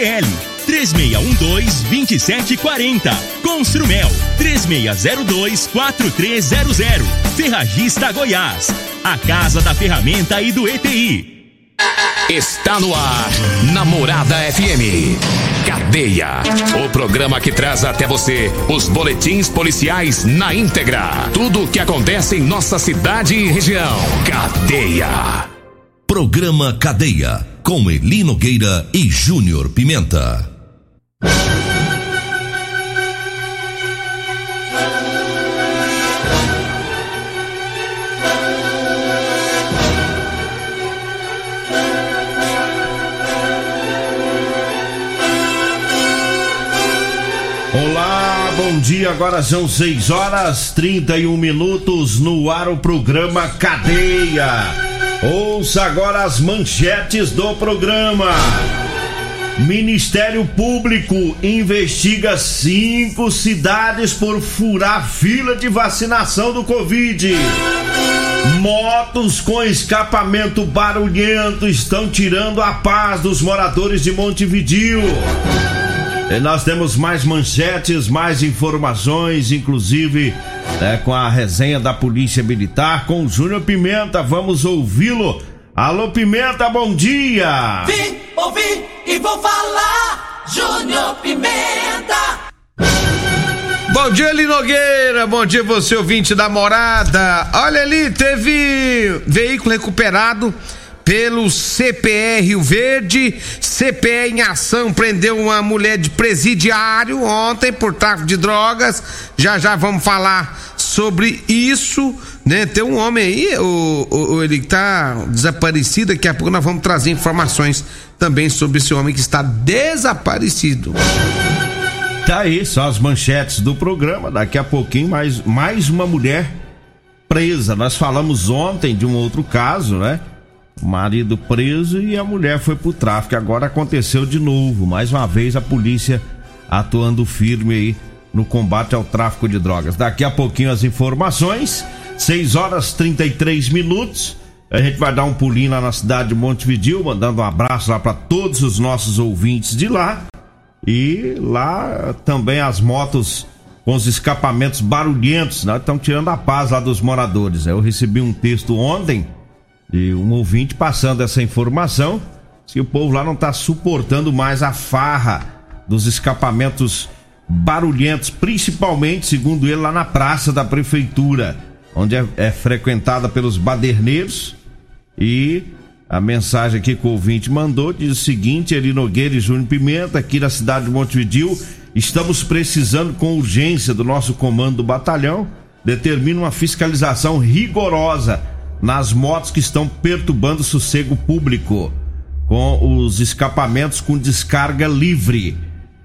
CL 3612-2740. Construmel 3602-4300. Ferragista Goiás, a casa da ferramenta e do ETI. Está no ar, Namorada FM. Cadeia, o programa que traz até você os boletins policiais na íntegra. Tudo o que acontece em nossa cidade e região. Cadeia. Programa Cadeia, com Eli Nogueira e Júnior Pimenta. Olá, bom dia, agora são 6h31, no ar o programa Cadeia. Ouça agora as manchetes do programa. Ministério Público investiga 5 cidades por furar fila de vacinação do Covid. Motos com escapamento barulhento estão tirando a paz dos moradores de Montevidéu. E nós temos mais manchetes, mais informações, inclusive com a resenha da Polícia Militar com o Júnior Pimenta. Vamos ouvi-lo. Alô, Pimenta, bom dia! Vim, ouvi e vou falar, Júnior Pimenta! Bom dia, Eli Nogueira, bom dia você, ouvinte da Morada. Olha ali, teve veículo recuperado pelo CPE Rio Verde. CPE em ação prendeu uma mulher de presidiário ontem por tráfico de drogas. Já vamos falar sobre isso, né? Tem um homem aí, ele tá desaparecido. Daqui a pouco nós vamos trazer informações também sobre esse homem que está desaparecido. Tá aí, só as manchetes do programa. Daqui a pouquinho mais uma mulher presa. Nós falamos ontem de um outro caso, né? O marido preso e a mulher foi pro tráfico. Agora aconteceu de novo. Mais uma vez a polícia atuando firme aí no combate ao tráfico de drogas. Daqui a pouquinho as informações. 6h33. A gente vai dar um pulinho lá na cidade de Montevidéu, mandando um abraço lá para todos os nossos ouvintes de lá. E lá também as motos com os escapamentos barulhentos, né? Estão tirando a paz lá dos moradores. Eu recebi um texto ontem de um ouvinte passando essa informação, que o povo lá não está suportando mais a farra dos escapamentos barulhentos, principalmente, segundo ele, lá na praça da prefeitura, onde é frequentada pelos baderneiros. E a mensagem aqui que o ouvinte mandou diz o seguinte: Eli Nogueira e Júnior Pimenta, aqui na cidade de Montevidéu, estamos precisando com urgência do nosso comando do batalhão, determina uma fiscalização rigorosa nas motos que estão perturbando o sossego público, com os escapamentos com descarga livre.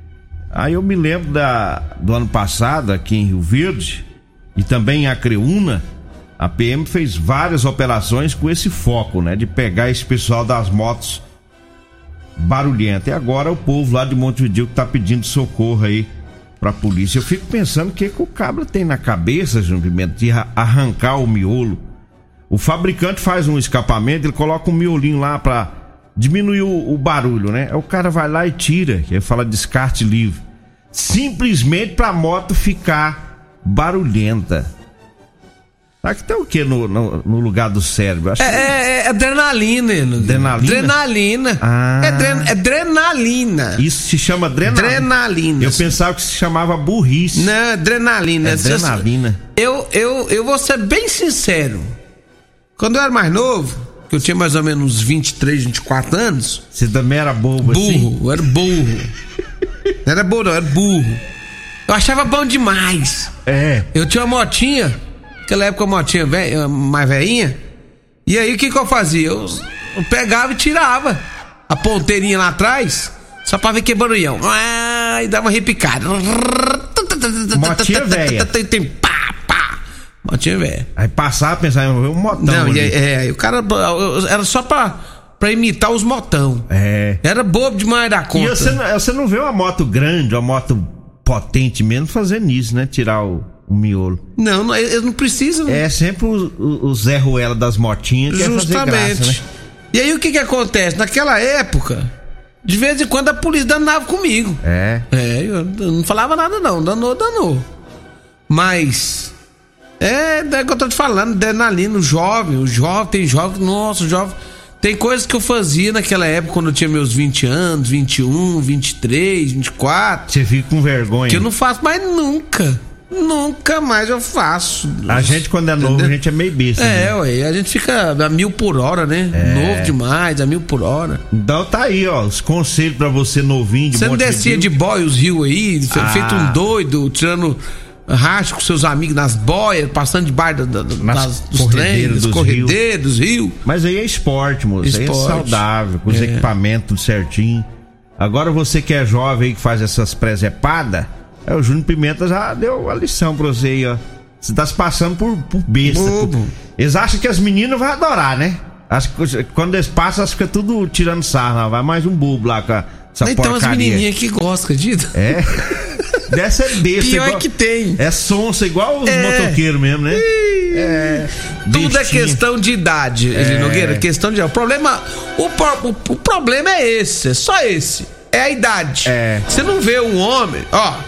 Aí eu me lembro do ano passado, aqui em Rio Verde, e também em Acreúna, a PM fez várias operações com esse foco, né? De pegar esse pessoal das motos barulhentas. E agora o povo lá de Montevidéu que tá pedindo socorro aí pra polícia. Eu fico pensando o que o cabra tem na cabeça, João Pimenta, de arrancar o miolo. O fabricante faz um escapamento, ele coloca um miolinho lá pra diminuir o barulho, né? Aí o cara vai lá e tira, que ele fala descarte livre. Simplesmente pra moto ficar barulhenta. Será que tem o que no lugar do cérebro? Acho É adrenalina. Adrenalina. Ah. É adrenalina. Isso se chama adrenalina. Eu pensava que se chamava burrice. Não, adrenalina. Adrenalina. Eu vou ser bem sincero. Quando eu era mais novo, que eu tinha mais ou menos uns 23, 24 anos. Você também era bobo assim? Eu era burro. Não era bobo, não, era burro. Eu achava bom demais. É. Eu tinha uma motinha, naquela época uma motinha mais velhinha. E aí o que eu fazia? Eu pegava e tirava a ponteirinha lá atrás, só pra ver que barulhão. E dava uma repicada. Motinha velha. Motinha velha. Aí passava, pensava, um motão. Não, o cara era só pra imitar os motão. É. Era bobo demais da conta. E você não vê uma moto grande, uma moto potente mesmo fazendo isso, né? Tirar o miolo. Não, eles não precisam. É sempre o Zé Ruela das motinhas que justamente. quer fazer graça, né? E aí o que acontece? Naquela época, De vez em quando a polícia danava comigo. Eu não falava nada não, danou. Mas é que eu tô te falando, adrenalina, o jovem, tem jovem, nossa, o jovem. Tem coisas que eu fazia naquela época, quando eu tinha meus 20 anos, 21, 23, 24. Você fica com vergonha. Que eu não faço mais nunca. Nunca mais eu faço. A gente, quando é novo, a gente é meio besta. A gente fica a 1000 por hora, né? Novo demais, a 1000 por hora. Então tá aí, ó, os conselhos pra você novinho de Você não descia de boia os rios aí, feito um doido, tirando racha com seus amigos nas boias, passando debaixo dos trens, dos corredeiros, dos rios. Mas aí é esporte, moço. Aí é saudável, com os equipamentos tudo certinho. Agora você que é jovem aí, que faz essas presepadas, o Júnior Pimenta já deu a lição pra você aí, ó. Você tá se passando por besta. Eles acham que as meninas vão adorar, né? Acho que quando eles passam, acho que fica tudo tirando sarro. Vai mais um bobo lá com essa então porcaria. As menininhas que gostam, acredita? Dessa é besta. Pior igual, que tem. É sonsa, igual os motoqueiros mesmo, né? Tudo é questão de idade, Nogueira. Questão de... O problema é esse, é só esse. É a idade. Você não vê um homem,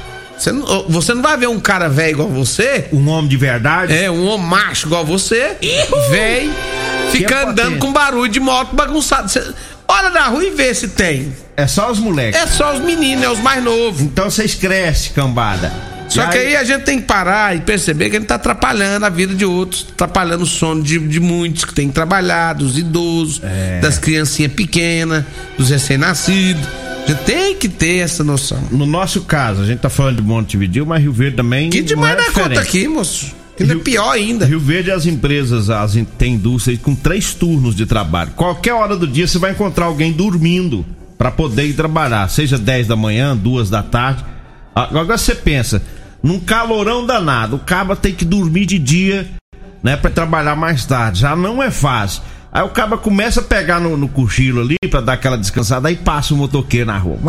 você não vai ver um cara velho igual você. Um homem de verdade? Um homem macho igual você. Velho, fica andando com barulho de moto bagunçado. Você olha na rua e vê se tem. É só os moleques. É só os meninos, os mais novos. Então vocês crescem, cambada. Só que aí a gente tem que parar e perceber que a gente tá atrapalhando a vida de outros, atrapalhando o sono de muitos que tem que trabalhar, dos idosos, das criancinhas pequenas, dos recém-nascidos. A gente tem que ter essa noção. No nosso caso, a gente tá falando de Montevidéu, mas Rio Verde também. Que demais da conta aqui, moço. Ainda é pior ainda. Rio Verde, as empresas, tem indústrias com 3 turnos de trabalho. Qualquer hora do dia você vai encontrar alguém dormindo para poder ir trabalhar, seja 10 da manhã, 2 da tarde. Agora você pensa, num calorão danado, o cabo tem que dormir de dia, né, para trabalhar mais tarde. Já não é fácil. Aí o cabo começa a pegar no cochilo ali pra dar aquela descansada, aí passa o motoqueiro na rua.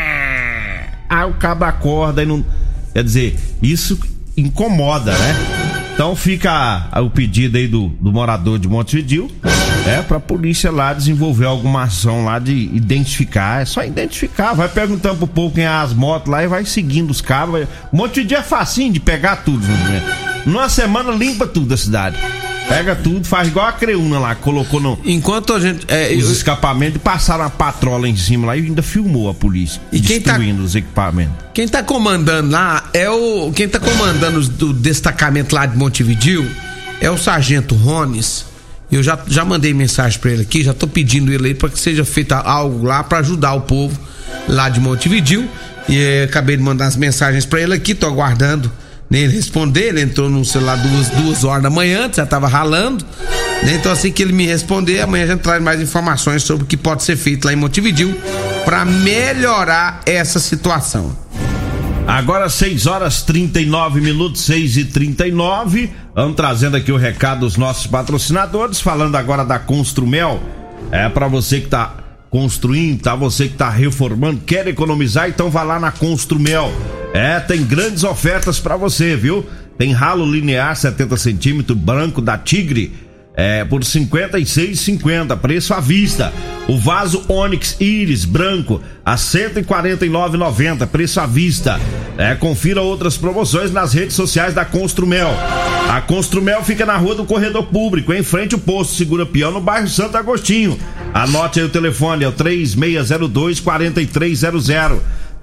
Aí o cabo acorda e não. Quer dizer, isso incomoda, né? Então fica o pedido aí do morador de Montevidéu, pra polícia lá desenvolver alguma ação lá de identificar. É só identificar, vai perguntando pro povo quem é as motos lá e vai seguindo os cabos. Montevidéu é facinho de pegar tudo, né? Numa semana limpa tudo a cidade. Pega tudo, faz igual a Creúna lá, colocou no. Enquanto a gente. Os escapamentos, passaram a patrola em cima lá e ainda filmou a polícia. E destruindo os equipamentos. Quem tá comandando lá quem tá comandando o destacamento lá de Montevidéu é o sargento Rones. Eu já mandei mensagem pra ele aqui, já tô pedindo ele aí pra que seja feito algo lá pra ajudar o povo lá de Montevidéu. E acabei de mandar as mensagens pra ele aqui, tô aguardando ele responder. Ele entrou no celular 2 horas da manhã, já tava ralando, né? Então assim que ele me responder, amanhã a gente traz mais informações sobre o que pode ser feito lá em Montevidéu para melhorar essa situação. Agora 6h39, 6h39. Vamos trazendo aqui o recado dos nossos patrocinadores, falando agora da Construmel. Para você que tá construindo, você que tá reformando, quer economizar, então vá lá na Construmel. Tem grandes ofertas pra você, viu? Tem ralo linear 70 centímetros branco da Tigre, por R$ 56,50, preço à vista. O vaso Onix Iris branco a R$ 149,90, preço à vista. Confira outras promoções nas redes sociais da Construmel. A Construmel fica na Rua do Corredor Público, em frente ao posto Segura Peão, no bairro Santo Agostinho. Anote aí o telefone, é o 3602-4300.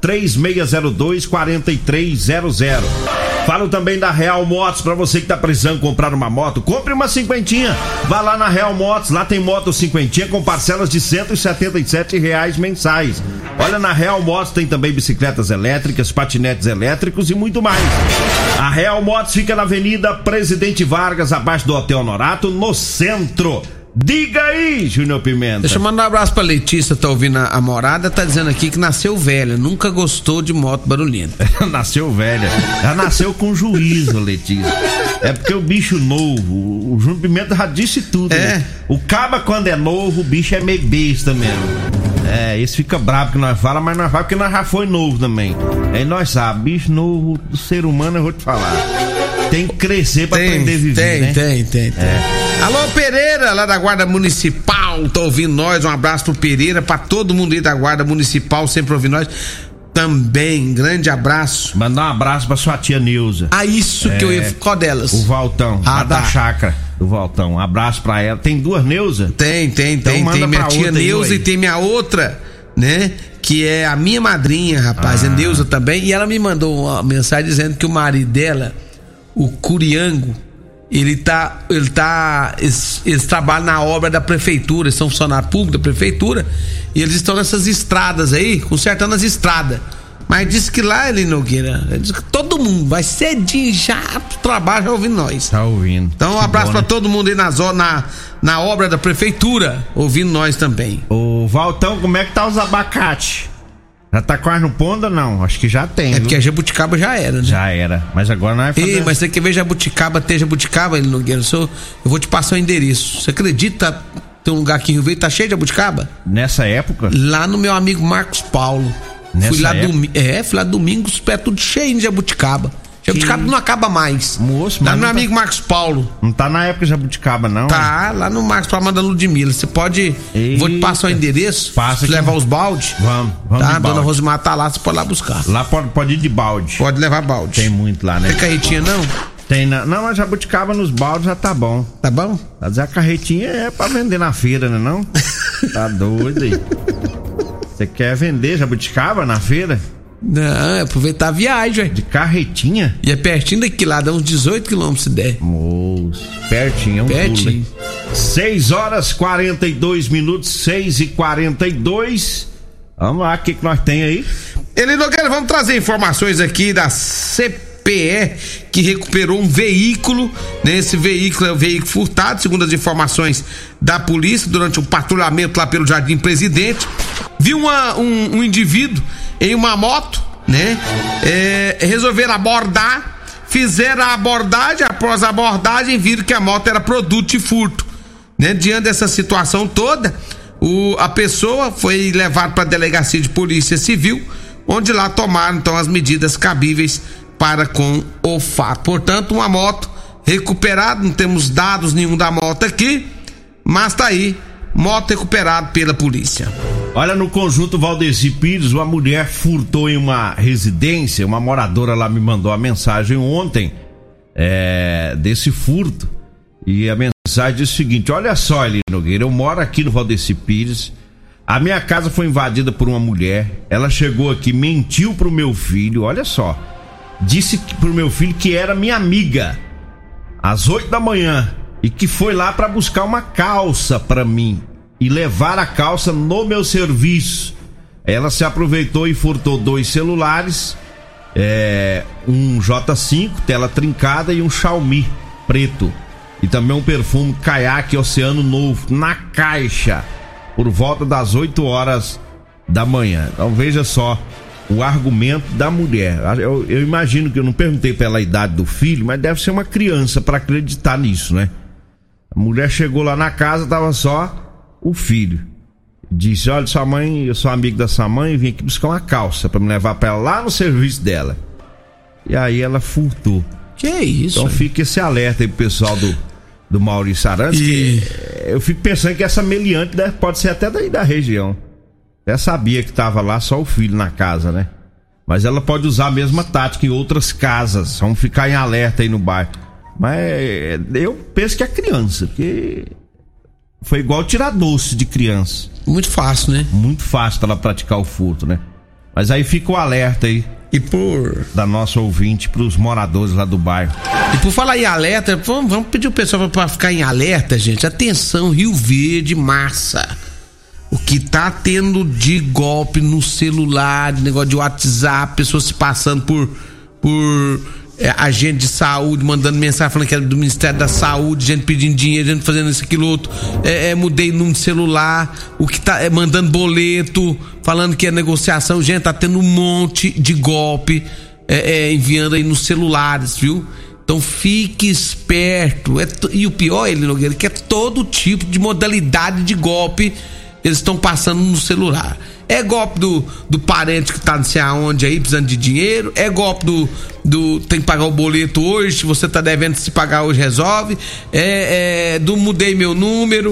3602-4300. Falo também da Real Motos, pra você que tá precisando comprar uma moto, compre uma cinquentinha, vá lá na Real Motos, lá tem moto cinquentinha com parcelas de R$ 177 mensais. Olha, na Real Motos tem também bicicletas elétricas, patinetes elétricos e muito mais. A Real Motos fica na Avenida Presidente Vargas, abaixo do Hotel Norato, no centro. Diga aí, Júnior Pimenta. Deixa eu mandar um abraço pra Letícia, tá ouvindo a morada, tá dizendo aqui que nasceu velha, nunca gostou de moto barulhenta. Nasceu velha, já nasceu com juízo, Letícia. É porque o bicho novo, o Júnior Pimenta já disse tudo. Né? O caba quando é novo, o bicho é meio besta mesmo. Esse fica bravo que nós fala, mas nós fala porque nós já foi novo também. Aí nós sabemos, bicho novo do ser humano, eu vou te falar. Tem que crescer pra aprender a viver, tem. Alô, Pereira, lá da Guarda Municipal. Natal, tá ouvindo nós. Um abraço pro Pereira, pra todo mundo aí da Guarda Municipal, sempre ouvindo nós. Também, grande abraço. Mandar um abraço pra sua tia Neuza. Isso que eu ia. Qual delas? O Valtão, da chácara do Valtão. Um abraço pra ela. Tem duas Neuza? Tem. Tem minha tia Neuza e tem minha outra, né? Que é a minha madrinha, rapaz. É Neuza também. E ela me mandou uma mensagem dizendo que o marido dela, o Curiango, eles trabalham na obra da prefeitura, eles são funcionários públicos da prefeitura, e eles estão nessas estradas aí, consertando as estradas. Mas disse que lá, Eli Nogueira, disse que todo mundo vai cedinho já pro trabalho, já ouvindo nós. Tá ouvindo. Então um abraço pra todo mundo aí na obra da prefeitura, ouvindo nós também. Ô Valtão, como é que tá os abacates? Já tá quase no ponto ou não? Acho que já tem. É porque a jabuticaba já era, né? Já era, mas agora não vai fazer. Mas você quer ver jabuticaba, Eli Nogueira? Eu vou te passar o endereço. Você acredita? Tem um lugar aqui em Rio Verde, tá cheio de jabuticaba? Nessa época? Lá no meu amigo Marcos Paulo. Fui lá domingo, os pés tudo cheio de jabuticaba. Jabuticaba não acaba mais. Moço, lá no meu amigo Marcos Paulo. Não tá na época de jabuticaba, não? Tá, lá no Marcos Paulo, mandando Ludmilla. Você pode. Eita. Vou te passar o endereço. Passa aqui. Levar os baldes. Vamos tá? Dona Rosimar tá lá, você pode ir lá buscar. Lá pode ir de balde. Pode levar balde. Tem muito lá, né? Tem carretinha, não? Tem, não, a jabuticaba nos baldes já tá bom. Tá bom? Mas a carretinha é pra vender na feira, né não? Tá doido aí. Você quer vender jabuticaba na feira? Não, é aproveitar a viagem, velho. De carretinha? E é pertinho daqui lá, dá uns 18 quilômetros se der. Moço, pertinho, pertinho. 6h42, 6h42. Vamos lá, o que nós tem aí? Eli Nogueira, vamos trazer informações aqui da CPE, que recuperou um veículo, né? Esse veículo é um veículo furtado, segundo as informações da polícia, durante um patrulhamento lá pelo Jardim Presidente. Viu um indivíduo em uma moto, né? Resolveram abordar, fizeram a abordagem, após a abordagem viram que a moto era produto de furto, né? Diante dessa situação toda, a pessoa foi levada para a delegacia de polícia civil, onde lá tomaram então as medidas cabíveis para com o fato. Portanto, uma moto recuperada, não temos dados nenhum da moto aqui, mas tá aí, moto recuperada pela polícia. Olha, no conjunto Valdeci Pires, uma mulher furtou em uma residência. Uma moradora lá me mandou a mensagem ontem desse furto. E a mensagem diz o seguinte: olha só, Eli Nogueira, eu moro aqui no Valdeci Pires. A minha casa foi invadida por uma mulher. Ela chegou aqui, mentiu pro meu filho, olha só. Disse pro meu filho que era minha amiga às 8 da manhã e que foi lá pra buscar uma calça pra mim e levar a calça no meu serviço. Ela se aproveitou e furtou 2 celulares, um J5, tela trincada, e um Xiaomi preto. E também um perfume Caiaque Oceano Novo na caixa, por volta das 8 horas da manhã. Então veja só o argumento da mulher. Eu imagino que eu não perguntei pela idade do filho, mas deve ser uma criança para acreditar nisso, né? A mulher chegou lá na casa, tava só o filho. Disse: olha, sua mãe, eu sou amigo da sua mãe, vim aqui buscar uma calça pra me levar pra ela lá no serviço dela. E aí ela furtou. Que isso? Então fica esse alerta aí pro pessoal do Maurício Arantes, que eu fico pensando que essa meliante pode ser até daí da região. Até sabia que tava lá só o filho na casa, né? Mas ela pode usar a mesma tática em outras casas. Vamos ficar em alerta aí no bairro. Mas eu penso que é criança, porque foi igual tirar doce de criança. Muito fácil, né? Muito fácil pra ela praticar o furto, né? Mas aí fica o alerta aí. Da nossa ouvinte pros moradores lá do bairro. E por falar em alerta, vamos pedir o pessoal pra ficar em alerta, gente. Atenção, Rio Verde, massa. O que tá tendo de golpe no celular, de negócio de WhatsApp, pessoas se passando por agente de saúde, mandando mensagem falando que era do Ministério da Saúde, gente pedindo dinheiro, gente fazendo isso, aquilo, outro. Mudei número de celular, o que tá mandando boleto, falando que é negociação. Gente, tá tendo um monte de golpe enviando aí nos celulares, viu? Então fique esperto. E o pior, Eli Nogueira, que é todo tipo de modalidade de golpe eles estão passando no celular. É golpe do parente que tá não sei aonde aí, precisando de dinheiro. É golpe do tem que pagar o boleto hoje, se você tá devendo, se pagar hoje resolve. Do mudei meu número.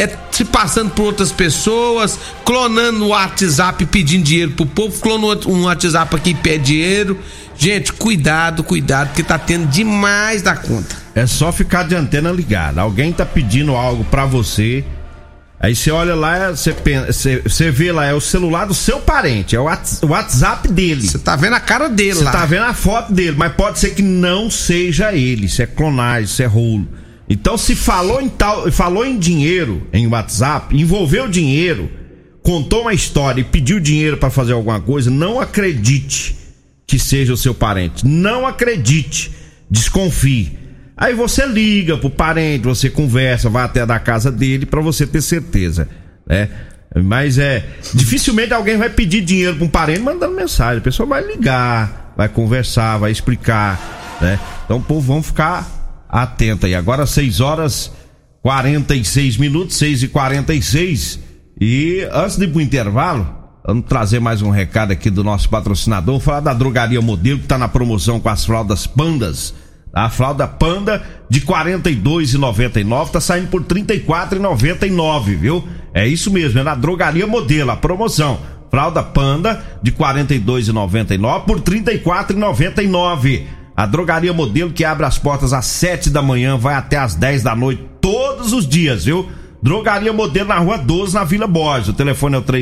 se passando por outras pessoas, clonando o WhatsApp, pedindo dinheiro pro povo, clonando um WhatsApp aqui e pede dinheiro. Gente, cuidado, porque tá tendo demais da conta. É só ficar de antena ligada. Alguém tá pedindo algo pra você, aí você olha lá, você vê lá, é o celular do seu parente, é o WhatsApp dele. Você tá vendo a cara dele lá. Você tá vendo a foto dele, mas pode ser que não seja ele, isso é clonagem, isso é rolo. Então, se falou em dinheiro em WhatsApp, envolveu dinheiro, contou uma história e pediu dinheiro pra fazer alguma coisa, não acredite que seja o seu parente. Não acredite, desconfie. Aí você liga pro parente, você conversa, vai até da casa dele pra você ter certeza, né? Mas dificilmente alguém vai pedir dinheiro pra um parente mandando mensagem. A pessoa vai ligar, vai conversar, vai explicar, né? Então, povo, vamos ficar atento aí. Agora 6h46, 6h46. E antes de ir pro intervalo, vamos trazer mais um recado aqui do nosso patrocinador. Vamos falar da Drogaria Modelo, que tá na promoção com as fraldas Pandas. A fralda Panda de R$ 42,99 tá saindo por R$ 34,99, viu? É isso mesmo, é na Drogaria Modelo, a promoção. Fralda Panda de R$ 42,99 por R$ 34,99. A Drogaria Modelo, que abre as portas às 7 da manhã, vai até às 10 da noite, todos os dias, viu? Drogaria Modelo na Rua 12, na Vila Borges. O telefone é o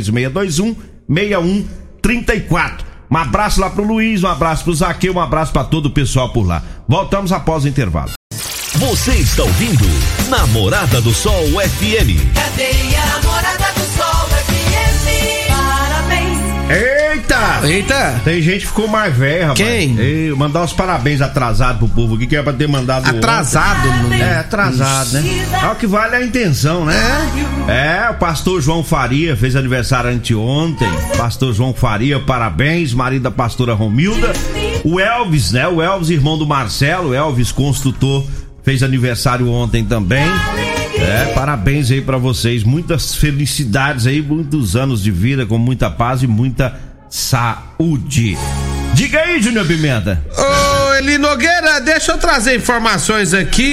3621-6134. Um abraço lá pro Luiz, um abraço pro Zaqueu, um abraço pra todo o pessoal por lá. Voltamos após o intervalo. Você está ouvindo Namorada do Sol FM. Cadeia Namorada do Sol FM. Parabéns. Eita! Tem gente que ficou mais velha, rapaz. Quem? Mandar os parabéns atrasados pro povo aqui, que é pra ter mandado atrasado, ontem. Atrasado, né? É o que vale a intenção, né? O pastor João Faria fez aniversário anteontem. Pastor João Faria, parabéns. Marido da pastora Romilda. O Elvis, né? O Elvis, irmão do Marcelo, o Elvis, construtor, fez aniversário ontem também. Parabéns aí pra vocês, muitas felicidades aí, muitos anos de vida com muita paz e muita saúde. Diga aí, Júnior Pimenta. Ô, Eli Nogueira, deixa eu trazer informações aqui,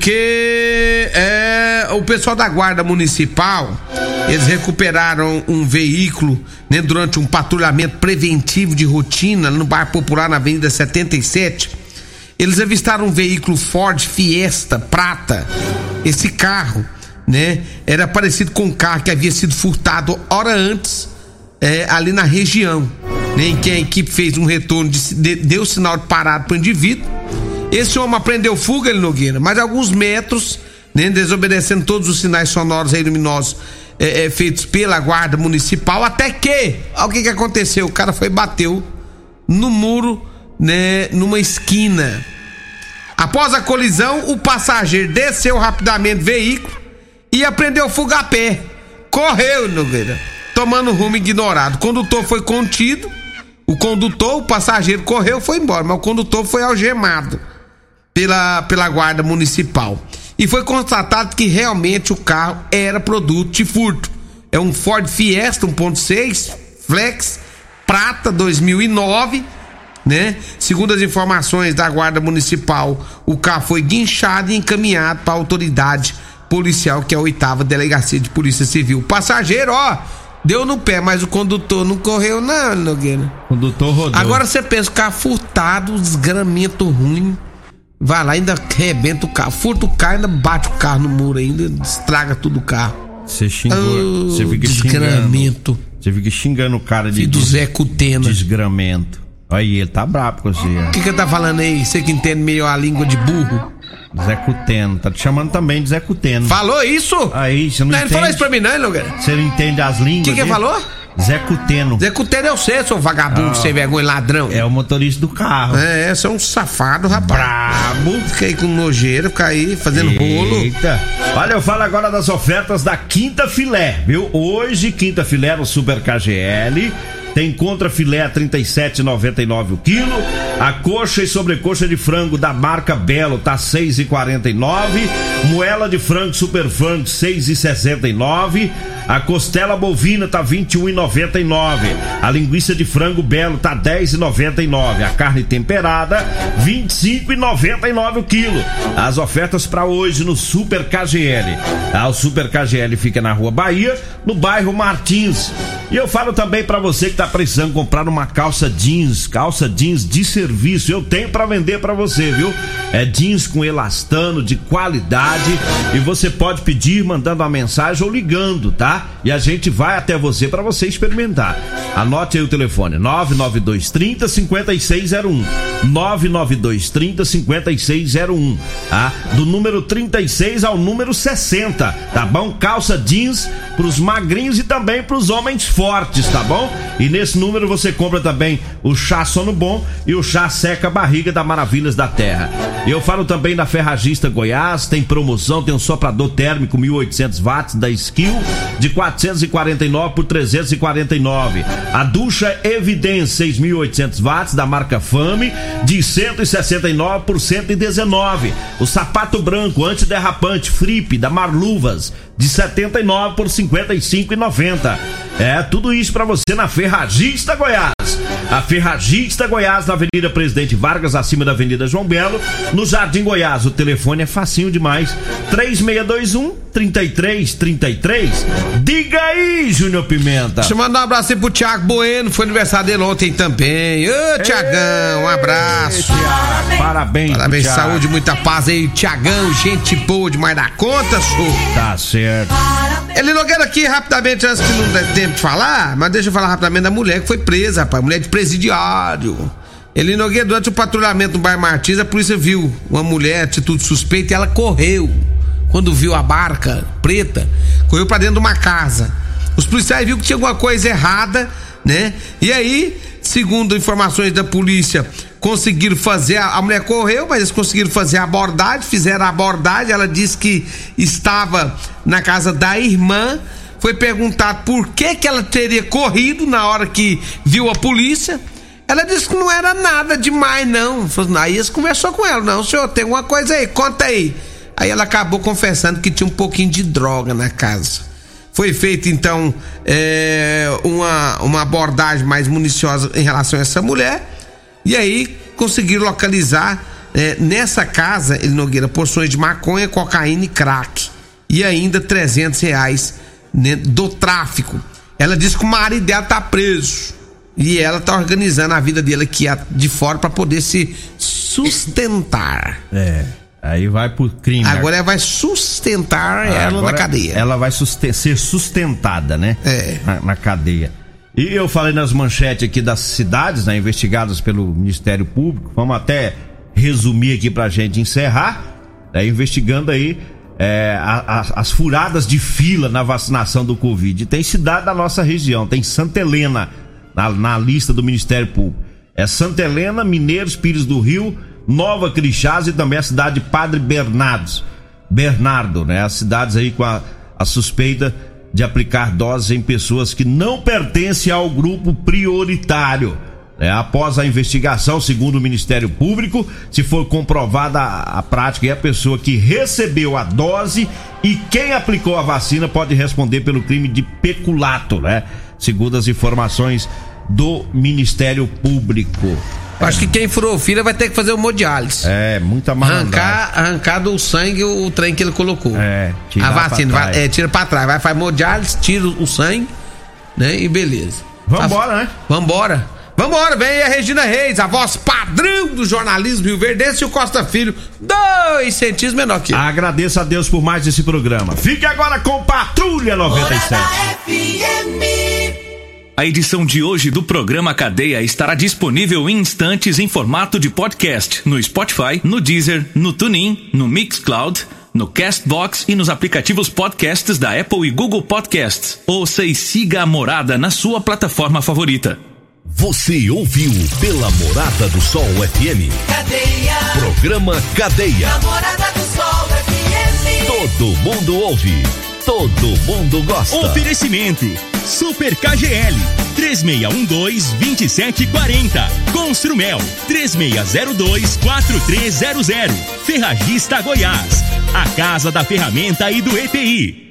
porque o pessoal da Guarda Municipal, eles recuperaram um veículo, né, durante um patrulhamento preventivo de rotina no bairro Popular, na Avenida 77. Eles avistaram um veículo Ford Fiesta prata. Esse carro, né, era parecido com um carro que havia sido furtado hora antes, ali na região, né, em que a equipe fez um retorno, deu sinal de parado para o indivíduo. Esse homem aprendeu fuga, Eli Nogueira, mas alguns metros, né, desobedecendo todos os sinais sonoros e luminosos feitos pela Guarda Municipal, até que, o que aconteceu? O cara bateu no muro, né, numa esquina. Após a colisão, o passageiro desceu rapidamente do veículo e aprendeu fuga a pé. Correu, Nogueira, tomando rumo ignorado. O condutor foi contido. O passageiro correu, foi embora, mas o condutor foi algemado pela Guarda Municipal. E foi constatado que realmente o carro era produto de furto. É um Ford Fiesta 1.6 Flex prata 2009, né? Segundo as informações da Guarda Municipal, o carro foi guinchado e encaminhado para a autoridade policial, que é a 8ª Delegacia de Polícia Civil. O passageiro, deu no pé, mas o condutor não correu não, Nogueira. O condutor rodou. Agora você pensa, o carro furtado, desgramento ruim, vai lá, ainda arrebenta o carro, furta o carro, ainda bate o carro no muro ainda, estraga tudo o carro. Você xingou, você fica desgramento. Xingando. Você fica xingando o cara de... Filho do Zé Cutena. Desgramento. Aí, ele tá bravo com você. O que ele tá falando aí? Você que entende meio a língua de burro. Zé Cuteno, tá te chamando também de Zé Cuteno. Falou isso? Aí, você não entende. Ele falou isso pra mim, não, Nogueira? Você não entende as línguas. O que ele falou? Zé Cuteno. Zé Cuteno é você, seu vagabundo, sem vergonha, ladrão. É o motorista do carro. Você é um safado, rapaz. Brabo. Fica aí com nojeira, fica aí fazendo rolo. Eita. Olha, eu falo agora das ofertas da Quinta Filé, viu? Hoje, Quinta Filé no Super KGL. Tem contrafilé 37,99 o quilo. A coxa e sobrecoxa de frango da marca Belo tá 6,49. Moela de frango Super Frango 6,69. A costela bovina tá 21,99. A linguiça de frango Belo tá 10,99. A carne temperada 25,99 o quilo. As ofertas para hoje no Super KGL. O Super KGL fica na Rua Bahia, no bairro Martins. E eu falo também para você que tá precisando comprar uma calça jeans de serviço. Eu tenho para vender para você, viu? É jeans com elastano de qualidade e você pode pedir mandando uma mensagem ou ligando, tá? E a gente vai até você para você experimentar. Anote aí o telefone: 99230-5601. 99230-5601, tá? Do número 36 ao número 60, tá bom? Calça jeans pros magrinhos e também pros homens fortes, tá bom? E nesse número você compra também o chá Sono Bom e o chá Seca Barriga da Maravilhas da Terra. Eu falo também da Ferragista Goiás, tem promoção, tem um soprador térmico 1800 watts da Skill de 449 por 349. A ducha Evidence 6.800 watts da marca Fame de 169 por 119. O sapato branco antiderrapante Fripp da Marluvas de 79 por 55,90. É tudo isso pra você na Ferragista Goiás. A Ferragista Goiás na Avenida Presidente Vargas, acima da Avenida João Belo, no Jardim Goiás. O telefone é facinho demais: 3621-3333. Diga aí, Júnior Pimenta. Deixa eu mandar um abraço aí pro Thiago Bueno, foi aniversário dele ontem também. Ô, Thiagão, um abraço. Parabéns, parabéns, saúde, muita paz aí, Thiagão, gente boa demais da conta, senhor. Tá certo. Ele Nogueira aqui, rapidamente, antes que não dê tempo de falar, mas deixa eu falar rapidamente da mulher que foi presa, rapaz, mulher de presidiário. Ele Nogueira, durante o patrulhamento no bairro Martins, a polícia viu uma mulher, atitude suspeita, e ela correu. Quando viu a barca preta, correu pra dentro de uma casa. Os policiais viram que tinha alguma coisa errada, né? E aí, segundo informações da polícia, conseguiram fazer, a mulher correu, mas eles conseguiram fazer a abordagem, fizeram a abordagem. Ela disse que estava na casa da irmã. Foi perguntado por que ela teria corrido na hora que viu a polícia. Ela disse que não era nada demais, não. Aí eles conversou com ela: não, senhor, tem alguma coisa aí, conta aí. Aí ela acabou confessando que tinha um pouquinho de droga na casa. Foi feita então uma abordagem mais minuciosa em relação a essa mulher. E aí conseguiram localizar nessa casa, ele Nogueira, porções de maconha, cocaína e crack. E ainda R$300 do tráfico. Ela disse que o marido dela tá preso. E ela tá organizando a vida dele aqui de fora para poder se sustentar. Aí vai pro crime. Agora ela vai sustentar ela na cadeia. Ela vai ser sustentada, né? Na cadeia. E eu falei nas manchetes aqui das cidades, né, investigadas pelo Ministério Público. Vamos até resumir aqui pra gente encerrar. Investigando aí as furadas de fila na vacinação do Covid. Tem cidade da nossa região, tem Santa Helena na lista do Ministério Público. É Santa Helena, Mineiros, Pires do Rio, Nova Crixás e também a cidade de Padre Bernardo, né? As cidades aí com a suspeita de aplicar doses em pessoas que não pertencem ao grupo prioritário. Após a investigação, segundo o Ministério Público, se for comprovada a prática, é a pessoa que recebeu a dose e quem aplicou a vacina pode responder pelo crime de peculato, né? Segundo as informações do Ministério Público. Acho que quem furou fila vai ter que fazer hemodiálise. Muita malandragem. Arrancar do sangue o trem que ele colocou. Tirar a vacina, tira pra trás. Vai fazer hemodiálise, tira o sangue, né? E beleza. Vambora, né? Vambora, vem aí a Regina Reis, a voz padrão do jornalismo rioverdense, e o Costa Filho, 2 centímetros menor que eu. Agradeço a Deus por mais esse programa. Fique agora com Patrulha 97. A edição de hoje do programa Cadeia estará disponível em instantes em formato de podcast no Spotify, no Deezer, no TuneIn, no Mixcloud, no Castbox e nos aplicativos podcasts da Apple e Google Podcasts. Ouça e siga a Morada na sua plataforma favorita. Você ouviu pela Morada do Sol FM. Cadeia. Programa Cadeia. Morada do Sol FM. Todo mundo ouve todo mundo gosta. Oferecimento Super KGL 3612-2740. Construmel 3602-4300. Ferragista Goiás, a casa da ferramenta e do EPI.